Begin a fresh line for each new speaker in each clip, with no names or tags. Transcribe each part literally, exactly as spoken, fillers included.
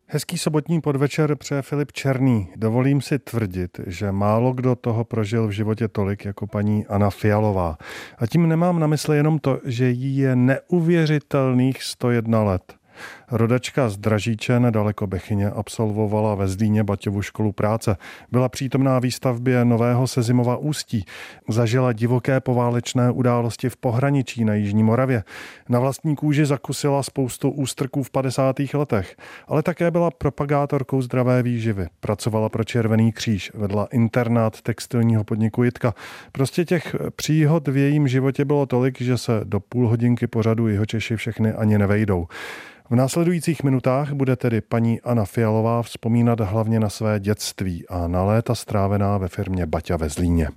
Hezký sobotní podvečer přeje Filip Černý. Dovolím si tvrdit, že málo kdo toho prožil v životě tolik jako paní Anna Fialová. A tím nemám na mysli jenom to, že jí je neuvěřitelných sto jedna let. Rodačka z Dražíče nedaleko Bechyně absolvovala ve Zlíně Baťovu školu práce. Byla přítomná výstavbě nového Sezimova Ústí. Zažila divoké poválečné události v pohraničí na jižní Moravě. Na vlastní kůži zakusila spoustu ústrků v padesátých letech, ale také byla propagátorkou zdravé výživy. Pracovala pro Červený kříž, vedla internát textilního podniku Jitka. Prostě těch příhod v jejím životě bylo tolik, že se do půl hodinky pořadu Jihočeši všechny ani nevejdou. V následujících minutách bude tedy paní Anna Fialová vzpomínat hlavně na své dětství a na léta strávená ve firmě Baťa ve Zlíně.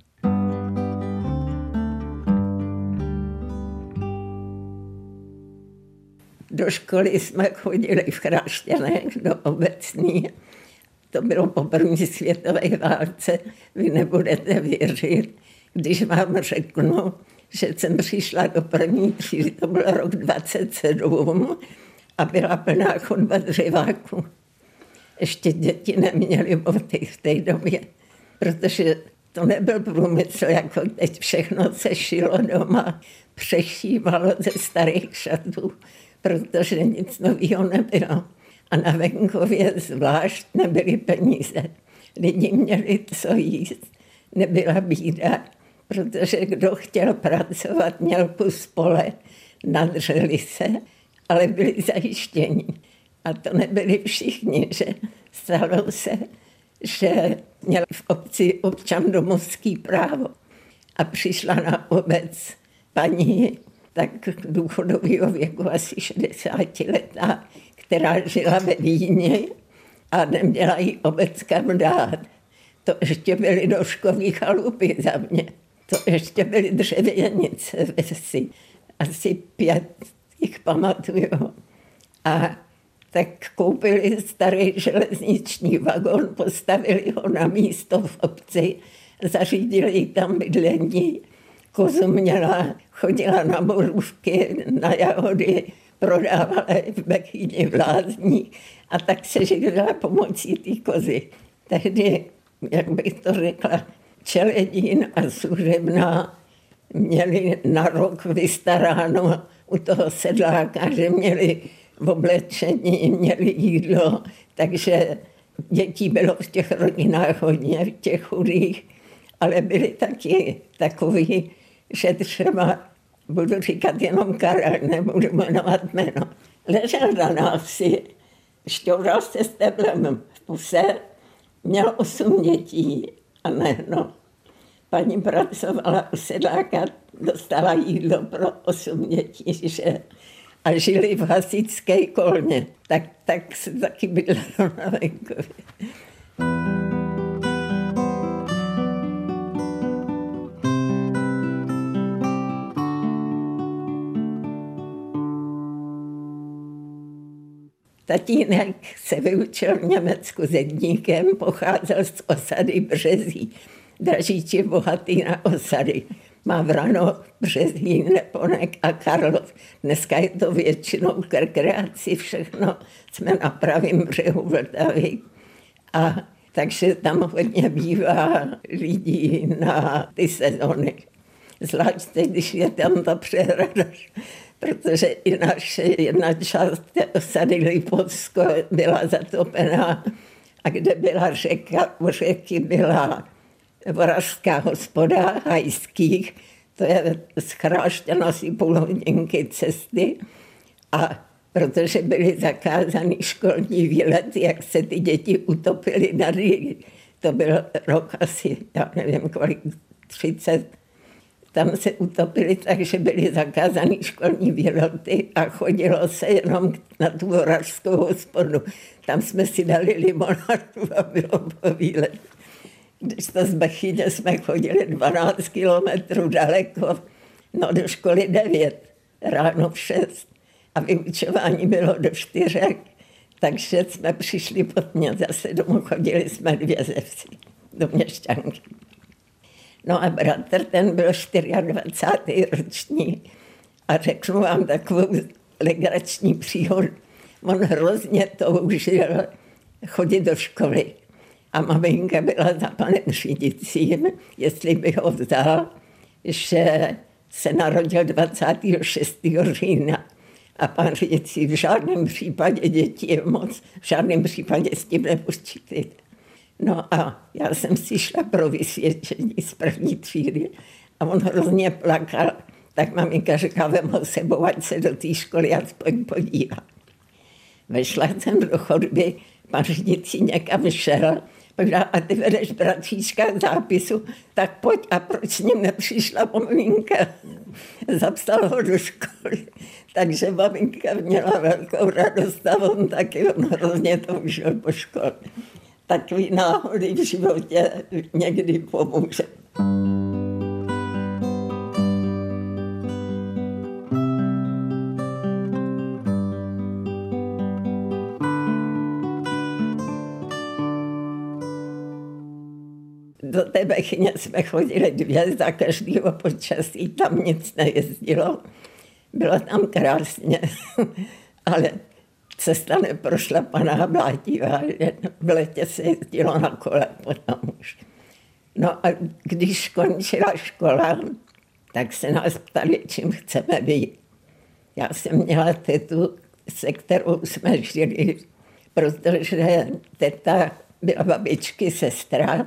Do školy jsme chodili v Chrášťanech do obecní. To bylo po první světové válce. Vy nebudete věřit, když vám řeknu, že jsem přišla do první třídy, to byl rok dvacet sedm, a byla plná chodba dřeváků. Ještě děti neměly boty v té době, protože to nebyl průmysl, jako teď všechno se šilo doma, přešívalo ze starých šatů, protože nic nového nebylo. A na venkově zvlášť nebyly peníze. Lidi měli co jíst, nebyla bída, protože kdo chtěl pracovat, měl kus pole, nadřeli se, ale byli zajištěni. A to nebyli všichni, že stalo se, že měl v obci občan domovský právo. A přišla na obec paní tak důchodového věku, asi šedesáti letá, která žila ve Vídni a neměla jí obec kam dát. To ještě byly doškový chalupy za mě. To ještě byly dřevěnice ve vsi. Asi pět jich pamatuju. A tak koupili starý železniční vagon, postavili ho na místo v obci, zařídili jí tam bydlení. Kozu měla, chodila na borůvky, na jahody, prodávala v Bechyni v Lázních a tak se živila pomocí té kozy. Tehdy, jak bych to řekla, Čeledín a Služebná měli na rok vystaráno u toho sedláka, že měli v oblečení, měli jídlo, takže dětí bylo v těch rodinách hodně, v těch chudých, ale byli taky takový, že třeba, budu říkat jenom Karel, nebudu jmenovat jméno, ležel na návsi, šťoural se s teblem v puse, měl osm dětí a jméno. Paní pracovala u sedláka, dostala jídlo pro osm dětí, že? A žili v hasičské kolně. Tak, tak se taky bydlelo na venkově. Tatínek se vyučil v Německu zedníkem, pocházel z osady Březí. Dražíč je bohatý na osady. Má Vrano, Březín, Neponek a Karlov. Dneska je to většinou k rekreaci všechno. Jsme na pravém břehu Vltavy. A takže tam hodně bývá lidí na ty sezony. Zvlášť když je tam ta přehrada, protože i naše jedna část té osady Lipovsko byla zatopená. A kde byla řeka, u řeky byla Voražská hospoda Hajských, to je z Chrášťan asi půl hodinky cesty. A protože byly zakázaný školní výlety, jak se ty děti utopily na Rýhy, to byl rok asi, já nevím kolik, třicet, tam se utopili, takže byly zakázaný školní výlety a chodilo se jenom na tu Voražskou hospodu. Tam jsme si dali limonádu a bylo po výletu. Když to z Bechyně jsme chodili dvanáct kilometrů daleko, no do školy devět, ráno v šest a vyučování bylo do čtyřek, takže jsme přišli pod mě zase domů, chodili jsme dvě ze vsi do Měšťanky. No a bratr, ten byl dvacátý čtvrtý ročník a řeknu vám takovou legrační příhodu. on hrozně toužil chodit do školy. A maminka byla za panem řídícím, jestli by ho vzal, že se narodil dvacátého šestého října. A pan řídící v žádném případě děti je moc, v žádném případě s tím nepočítejte. No a já jsem si šla pro vysvědčení z první třídy a on hrozně plakal. Tak maminka říká, vem ho sebou, ať se do té školy aspoň podívá. Vešla jsem do chodby, pan řídící někam šel, povedal, a ty vedeš bratříčka k zápisu, tak pojď, a proč s ním nepřišla maminka? Zapsal ho do školy, takže maminka měla velkou radost a on taky, on hrozně toužil po škole. Takový náhody v životě někdy pomůže. Do té Bechyně jsme chodili dvě, za každého počasí, tam nic nejezdilo. Bylo tam krásně, ale cesta neprošlapaná, blátivá, v létě se jezdilo na kole potom už. No a když končila škola, tak se nás ptali, čím chceme být. Já jsem měla tetu, se kterou jsme žili, protože teta byla babičky sestra,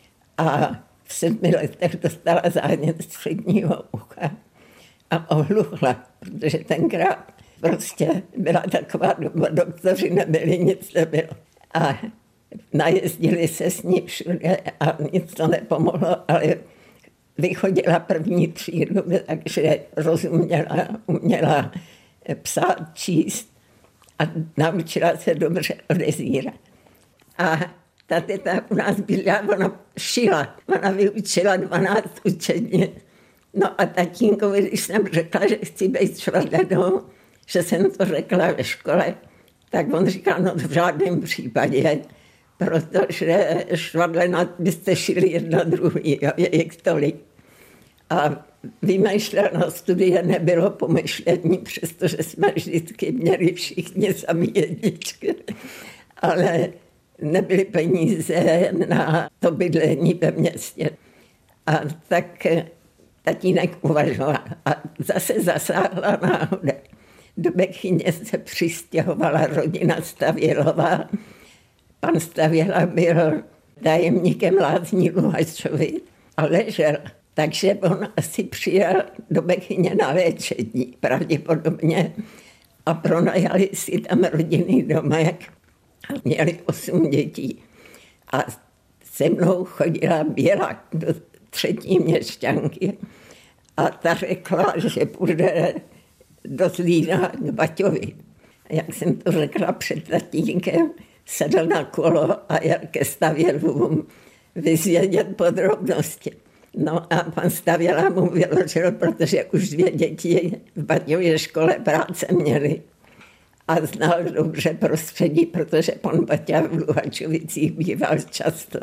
a v sedmi letech dostala zánět středního ucha a ohluchla, protože tenkrát prostě byla taková doba, doktoři nebyli, nic nebylo. A najezdili se s ní všude a nic to nepomohlo, ale vychodila první třídu, takže rozuměla, uměla psát, číst a naučila se dobře odezírat. A ta teta u nás byla, ona šila, ona vyučila dvanáct učení. No a tatínkovi, když jsem řekla, že chci být švadlenou, že jsem to řekla ve škole, tak on říkal, no v žádném případě, protože švadlena byste šili jedna druhý, jo, je jich tolik. A vymýšlet na studie nebylo pomyšlení, přestože jsme vždycky měli všichni sami jedničky, ale nebyly peníze na to bydlení ve městě. A tak tatínek uvažoval a zase zasáhla náhoda. Do Bechyně se přistěhovala rodina Stavělová. Pan Stavěla byl tajemníkem lázní Luhačovi a ležel. Takže on asi přijel do Bechyně na léčení pravděpodobně a pronajali si tam rodinný domek. Měli osm dětí a se mnou chodila Běla do třetí měšťanky a ta řekla, že půjde do Zlína k Baťovi. Jak jsem to řekla před tatínkem, sedl na kolo a jel ke Stavělům vyzvědět podrobnosti. No a pan Stavěla mu vyložil, protože už dvě děti v Baťově škole práce měli. A znal dobře prostředí, protože pan Baťa v Luhačovicích býval často.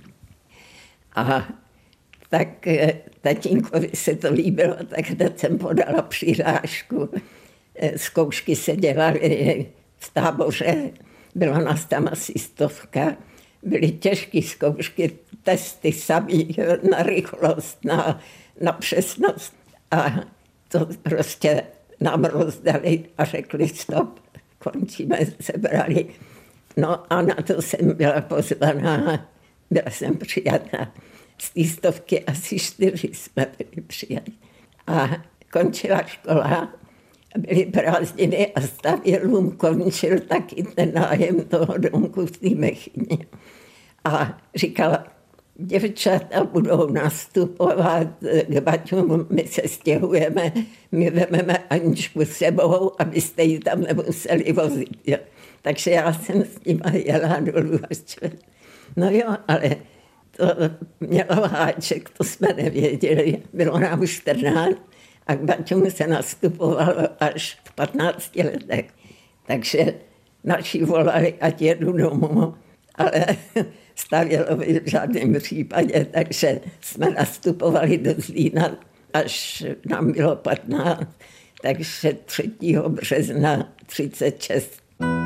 A tak tatínkovi se to líbilo, tak hned jsem podala přihlášku. Zkoušky se dělaly v Táboře, byla nás tam asi stovka. Byly těžké zkoušky, testy samý na rychlost, na, na přesnost. A to prostě nám rozdali a řekli stop, končíme, sebrali. No a na to jsem byla pozvaná, byla jsem přijata. Z té stovky asi čtyři jsme byli přijati. A končila škola, byly prázdniny a Stavělům končil taky ten nájem toho domku v té Bechyně. A říkala, děvčata budou nastupovat k Baťům, my se stěhujeme, my vezmeme Aničku s sebou, abyste ji tam nemuseli vozit. Jo. Takže já jsem s nima jela do Luhačova. No jo, ale to mělo háček, to jsme nevěděli. Bylo nám čtrnáct a k Baťům se nastupovalo až v patnácti letech. Takže naši volali, ať jedu domů, ale Stavělovi v žádném případě, takže jsme nastupovali do Zlína, až nám bylo patnáct, takže třetího března třicet šest.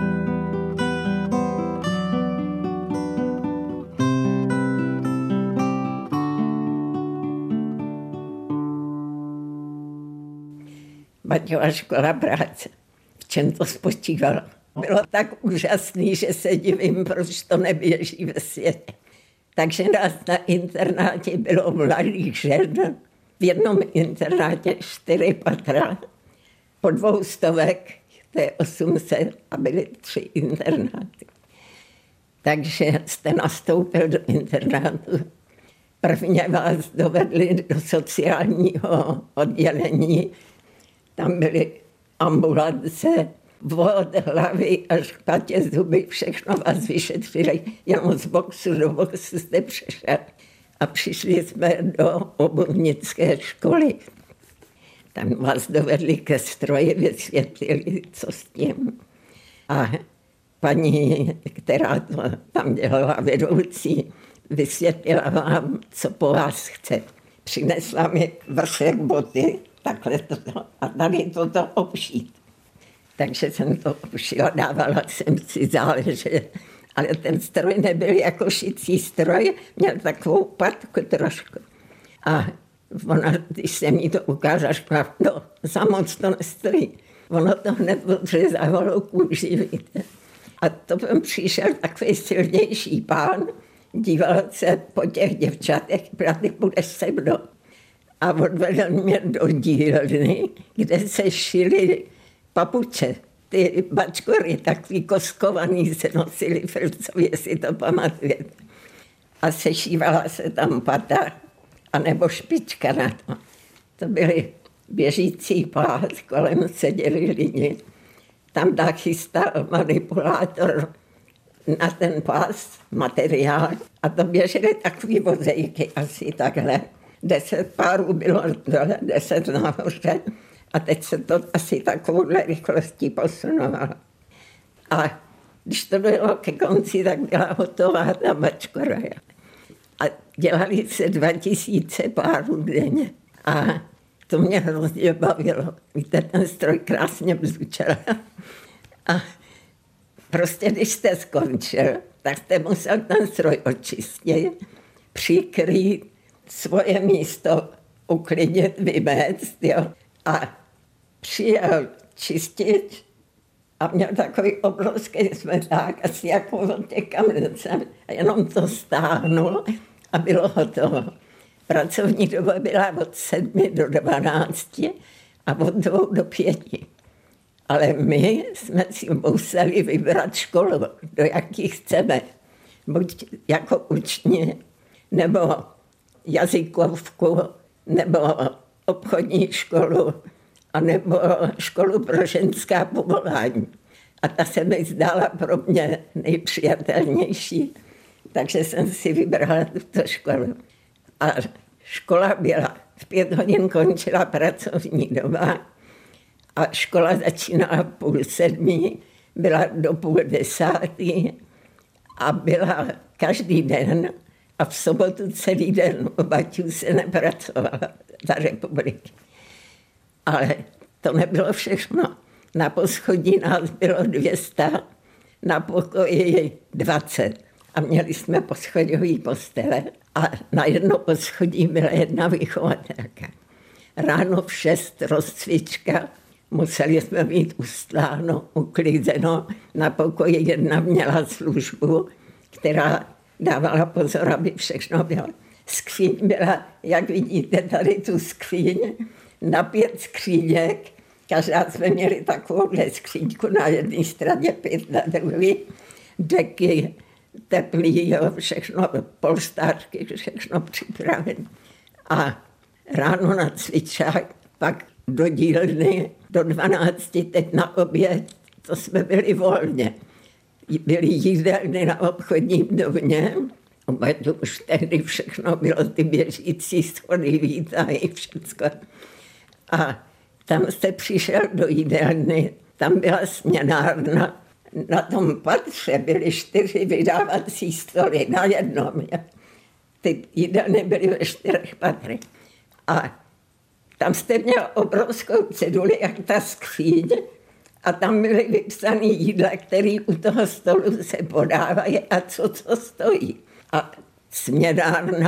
Baťova škola práce. V čem to spočívalo? Bylo tak úžasný, že se divím, proč to neběží ve světě. Takže nás na internátě bylo mladých žen, v jednom internátě čtyři patra, po dvou stovek, to je osm set a byly tři internáty. Takže jste nastoupil do internátu. Prvně vás dovedli do sociálního oddělení. Tam byly ambulance, od hlavy až k patě zuby, všechno vás vyšetřili. Jenom z boxu do boxu jste přešel. A přišli jsme do obuvnické školy. Tam vás dovedli ke stroji, vysvětlili, co s tím. A paní, která to tam dělala vedoucí, vysvětlila vám, co po vás chce. Přinesla mi vršek boty, takhle toto, a tady toto obšít. Takže jsem to obšila, dávala jsem si záležet. Ale ten stroj nebyl jako šicí stroj, měl takovou patku trošku. A ona, když jsem jí to ukázala, řekla, no, za moc to nestojí. Ono to hned odřezávalo kůži, víte. A to byl přišel takový silnější pán, díval se po těch děvčatech, ty budeš se mnou. A odvedl mě do dílny, kde se šily papuče. Ty bačkory, takový koskovaný, se nosily Filcově, jestli to pamatujete. A sešívala se tam pata, anebo špička na to. To byly běžící pás, kolem seděli lidi. Tam nachystal manipulátor na ten pás materiál a to běžely takový vozejky, asi takhle. Deset párů bylo dole, deset nahoře. A teď se to asi takovouhle rychlostí posunovalo. A když to bylo ke konci, tak byla hotová ta bačkora. A dělali se dva tisíce párů denně. A to mě hrozně bavilo. Víte, ten stroj krásně bzučel. A prostě, když jste skončil, tak jste musel ten stroj očistit, přikrýt, svoje místo uklidit, vymést, jo. A přijel čistič a měl takový obrovský smeták, asi jako od těch kamiencem, a jenom to stáhnul a bylo hotovo. Pracovní doba byla od sedmi do dvanácti a od dvou do pěti. Ale my jsme si museli vybrat školu, do jaký chceme. Buď jako učně, nebo jazykovku, nebo obchodní školu, anebo školu pro ženská povolání. A ta se mi zdála pro mě nejpřijatelnější, takže jsem si vybrala tuto školu. A škola byla, v pět hodin končila pracovní doba a škola začínala půl sedmi, byla do půl desátý a byla každý den a v sobotu celý den u Baťů se nepracovala za republiky. Ale to nebylo všechno. Na poschodí nás bylo dvě stě, na pokoji dvacet. A měli jsme poschodový postele a na jedno poschodí byla jedna vychovatelka. Ráno v šest rozcvička, museli jsme mít ustláno, uklizeno. Na pokoji jedna měla službu, která dávala pozor, aby všechno bylo. Skříň byla, jak vidíte tady tu skříň, na pět skříněk. Každá jsme měli takovouhle skříňku, na jedné straně pět, na druhé deky, teplý, jo, všechno, polstárky, všechno připravené. A ráno na cvičák, pak do dílny, do dvanácti, teď na oběd, to jsme byli volně. Byly jídelny na obchodním domě, to už tehdy všechno bylo, ty běžící schody, výtahy, všecko. A tam jste přišel do jídelny, tam byla směnárna, na tom patře byly čtyři vydávací stoly na jednom. Ty jídelny byly ve čtyřech patrech. A tam jste měl obrovskou ceduli, jak ta skříň, a tam byly vypsané jídla, které u toho stolu se podávají a co co stojí. A směnárna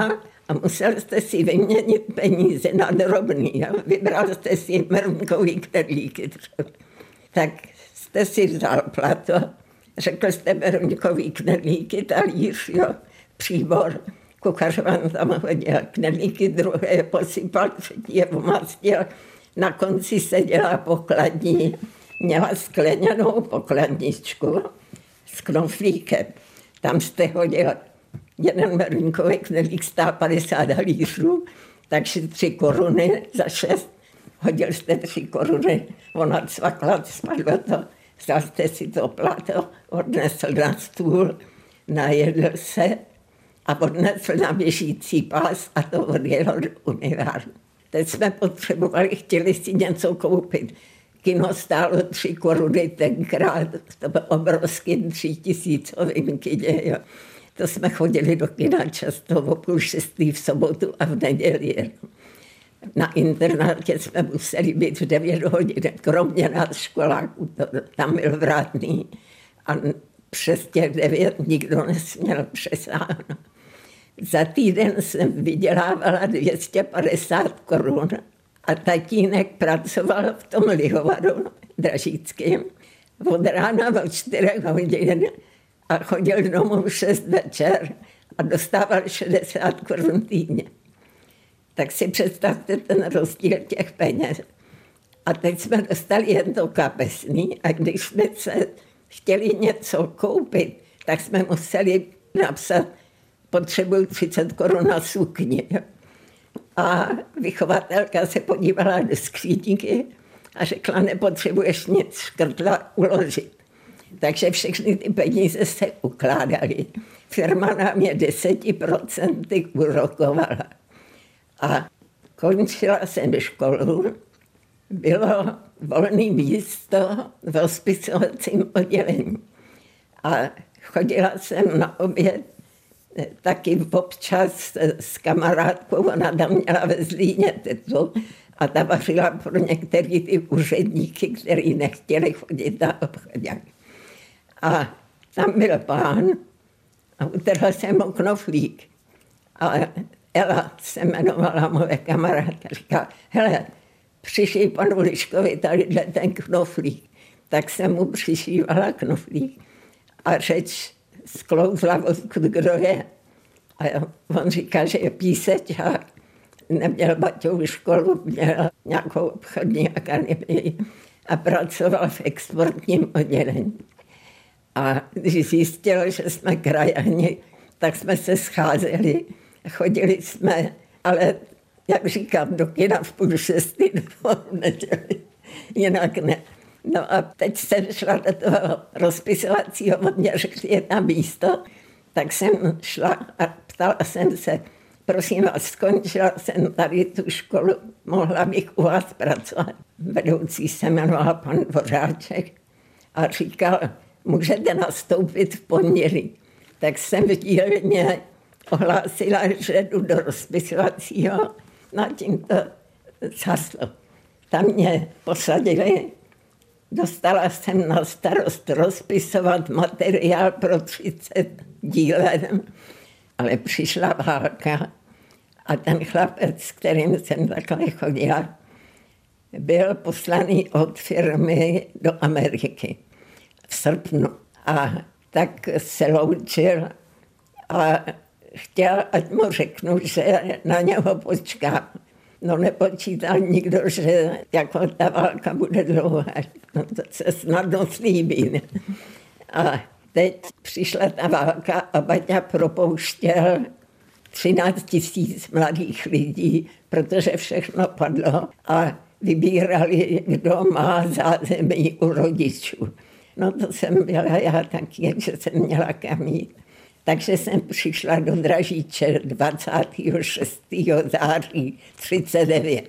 a musel jste si vyměnit peníze na drobný. Jo? Vybral jste si merunkový knedlíky třeba. Tak jste si vzal plato, řekl jste merunkový knedlíky, talíř, jo, příbor. Kuchař vám tam hodil knedlíky, druhé je posypal, třetí je omastil. Na konci seděla pokladní, měla skleněnou pokladničku s knoflíkem. Tam jste hodil jeden merunkový knedlík, sto padesát halířů, takže tři koruny za šest. Hodil jste tři koruny, ona cvakla, spadlo to, vzal jste si to plato, odnesl na stůl, najedl se a odnesl na běžící pás a to odjelo do umyvárny. Teď jsme potřebovali, chtěli si něco koupit. Kino stálo tři koruny tenkrát, to bylo obrovský třítisícovým kině. Jo. To jsme chodili do kina často o půl šestý v sobotu a v neděli. Na internátě jsme museli být v devět hodin, kromě nás školáků, to, tam byl vrátný. A přes těch devět nikdo nesměl přesáhnout. Za týden jsem vydělávala dvě stě padesát korun a tatínek pracoval v tom lihovaru dražickým od rána od čtyřech hodin a chodil domů v šest večer a dostával šedesát korun týdně. Tak si představte ten rozdíl těch peněz. A teď jsme dostali jen to kapesný a když jsme se chtěli něco koupit, tak jsme museli napsat, potřebuju třicet korun na sukni. A vychovatelka se podívala do skříňky a řekla, nepotřebuješ nic, škrtla uložit. Takže všechny ty peníze se ukládaly. Firma nám je deset procent úrokovala. A končila jsem školu, bylo volné místo v rozpisovacím oddělení. A chodila jsem na oběd taky občas s kamarádkou, ona tam měla ve Zlíně tetu a ta vařila pro některé ty úředníky, kteří nechtěli chodit na obchodě. A tam byl pán a utrhla jsem mu knoflík. A Ela se jmenovala moje kamarádka, říká, hele, přišij panu Liškovi tady ten knoflík. Tak jsem mu přišívala knoflík a řeč sklouzla, odkud kdo je. A on říká, že je písečák, neměl baťovou školu, měl nějakou obchodní akademii a pracoval v exportním oddělení. A když zjistil, že jsme krajani, tak jsme se scházeli, chodili jsme, ale jak říkám, do kina v půl šestý nebo v neděli, jinak ne. No a teď jsem šla do toho rozpisovacího oddělení, řekli, je tam místo, tak jsem šla a ptala jsem se, prosím vás, skončila jsem tady tu školu, mohla bych u vás pracovat. Vedoucí se jmenoval pan Dvořáček a říkal, můžete nastoupit v pondělí. Tak jsem v dílně ohlásila, že jdu do rozpisovacího, na tím to zaslo. Tam mě posadili, dostala jsem na starost rozpisovat materiál pro třicet dílen, ale přišla válka a ten chlapec, s kterým jsem takhle chodila, byl poslaný od firmy do Ameriky v srpnu. A tak se loučil a chtěl, ať mu řeknu, že na něho počkám. No nepočítal nikdo, že jako ta válka bude dlouhá. No to se snadno slíbí. Ne? A teď přišla ta válka a Baťa propouštěl třináct tisíc mladých lidí, protože všechno padlo a vybírali, kdo má zázemí u rodičů. No to jsem byla já taky, že jsem měla kam jít. Takže jsem přišla do Dražíče dvacátého šestého září třicet devět.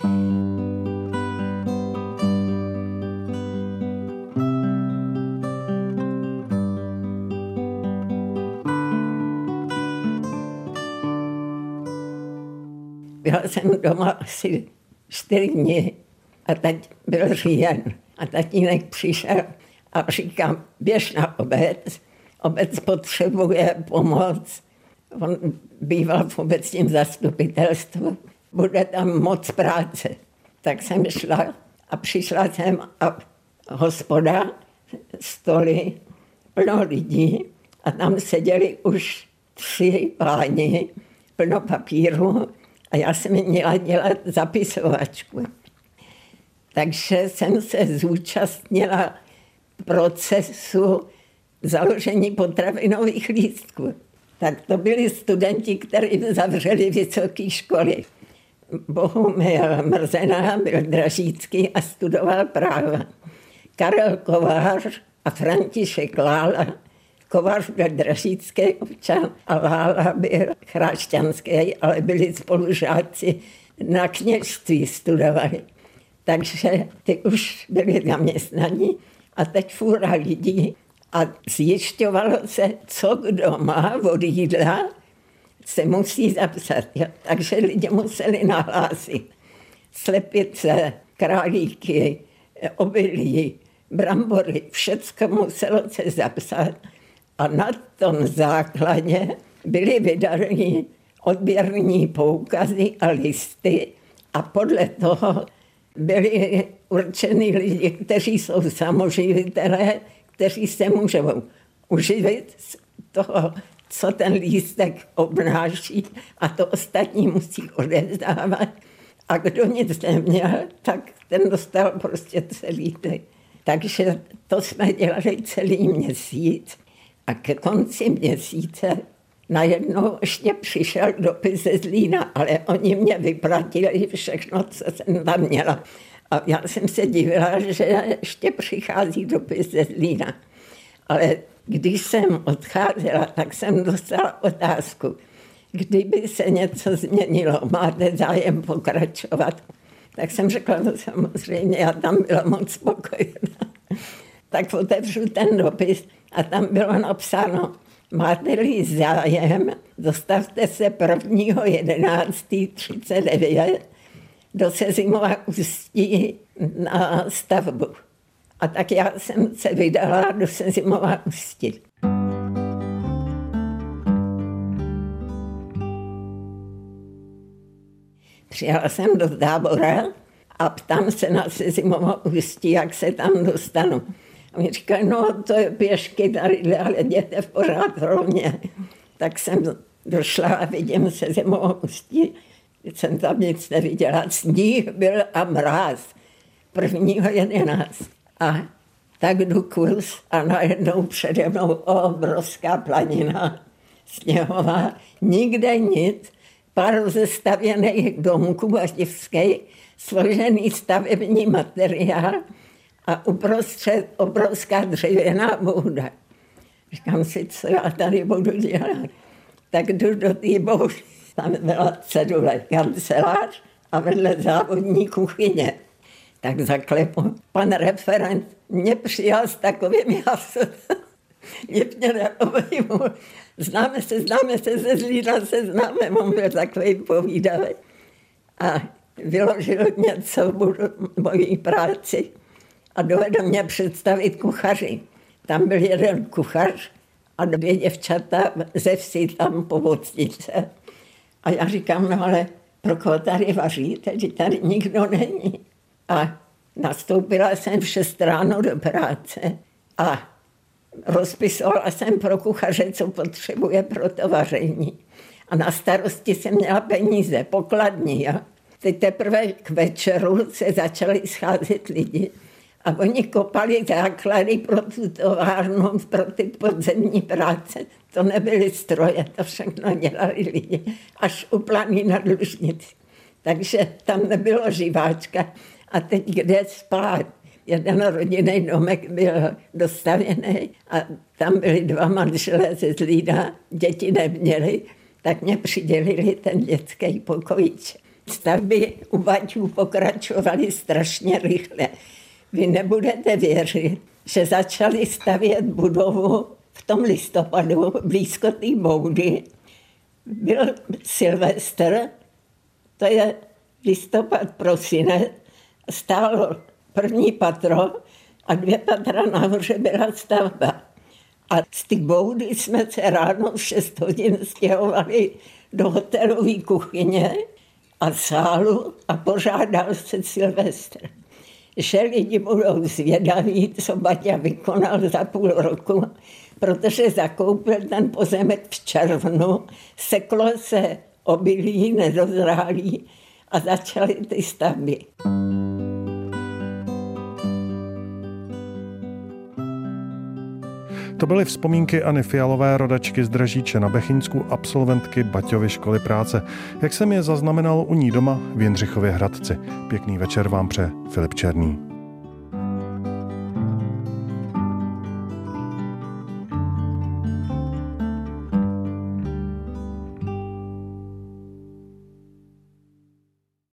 Byla jsem doma asi čtyři dny a teď byl říjen a tatínek přišel a říkám, běž na obec, obec potřebuje pomoc On býval v obecním zastupitelstvu, bude tam moc práce. Tak jsem šla a přišla jsem a hospoda, stoly, plno lidí a tam seděli už tři páni, plno papíru a já jsem měla dělat zapisovačku. Takže jsem se zúčastnila procesu založení potravinových lístků. Tak to byli studenti, kteří zavřeli vysoké školy. Bohumil Mrzena byl dražícký a studoval práva. Karel Kovář a František Lála. Kovář byl dražícký občan a Lála byl chrášťanský, ale byli spolužáci na kněžství studovali. Takže ty už byli zaměstnaní a teď fůra lidí a zjišťovalo se, co kdo má od jídla, se musí zapsat. Jo. Takže lidi museli nahlásit slepice, králíky, obilí, brambory, všecko muselo se zapsat. A na tom základě byly vydány odběrní poukazy a listy a podle toho byli určeni lidi, kteří jsou samoživitelé, kteří se můžou uživit z toho, co ten lístek obnáší a to ostatní musí odevzdávat. A kdo nic neměl, tak ten dostal prostě celý den. Takže to jsme dělali celý měsíc a ke konci měsíce najednou ještě přišel dopis ze Zlína, ale oni mě vyplatili všechno, co jsem tam měla. A já jsem se divila, že ještě přichází dopis ze Zlína. Ale když jsem odcházela, tak jsem dostala otázku, kdyby se něco změnilo, máte zájem pokračovat? Tak jsem řekla, no samozřejmě, já tam byla moc spokojená. Tak otevřu ten dopis a tam bylo napsáno, máte-li zájem, dostavte se prvního jedenáctého třicet devět do Sezimova Ústí na stavbu. A tak já jsem se vydala do Sezimova Ústí. Přijela jsem do tábora a ptám se na Sezimovo Ústí, jak se tam dostanu. A mi říkají, no to je pěšky tady, ale jděte v pořád rovně. Tak jsem došla a vidím Sezimovo Ústí. Jsem tam nic neviděla. Sníh byl a mráz. Prvního jedenáct. A tak jdu kus a najednou přede mnou obrovská planina sněhová. Nikde nic. Pár rozestavěných domků a divských, složený stavební materiál a uprostřed obrovská dřevěná bouda. Říkám si, co já tady budu dělat. Tak jdu do té boudy. Tam byla cedule kancelář a vedle závodní kuchyně. Tak zaklepu. Pan referent mě přijal s takovým jasem. Mě mě neobejmul. Známe se, známe se, ze Zlína se známe. On byl takový povídavý. A vyložil něco v mojí práci a dovedl mě představit kuchaři. Tam byl jeden kuchař a dvě děvčata ze vsi tam pomocnice. A já říkám, no ale pro koho tady vaříte, že tady nikdo není. A nastoupila jsem v šest ráno do práce a rozpisovala jsem pro kuchaře, co potřebuje pro to vaření. A na starosti jsem měla peníze, pokladní. Jo. Teď teprve k večeru se začali scházet lidi a oni kopali základy pro tu továrnu, pro ty podzemní práce. To nebyly stroje, to všechno dělali lidi, až u Planý na Lužnici. Takže tam nebylo živáčka. A teď kde spát? Jeden rodinný domek byl dostavěný a tam byli dva manželé ze Zlína, děti neměli, tak mě přidělili ten dětský pokojíček. Stavby u Baťů pokračovaly strašně rychle. Vy nebudete věřit, že začali stavět budovu v tom listopadu blízko té boudy. Byl Silvestr, to je listopad, prosinec, stálo první patro a dvě patra nahoře byla stavba. A z ty boudy jsme se ráno v šest hodin stěhovali do hotelové kuchyně a sálu a pořádal se Silvestr. Že lidi budou zvědaví, co Baťa vykonal za půl roku, protože zakoupil ten pozemek v červnu, seklo se obilí nedozrálí a začaly ty stavby.
To byly vzpomínky Anny Fialové, rodačky z Dražíče na Bechyňsku, absolventky Baťovy školy práce. Jak jsem je zaznamenal u ní doma v Jindřichově Hradci. Pěkný večer vám přeje Filip Černý.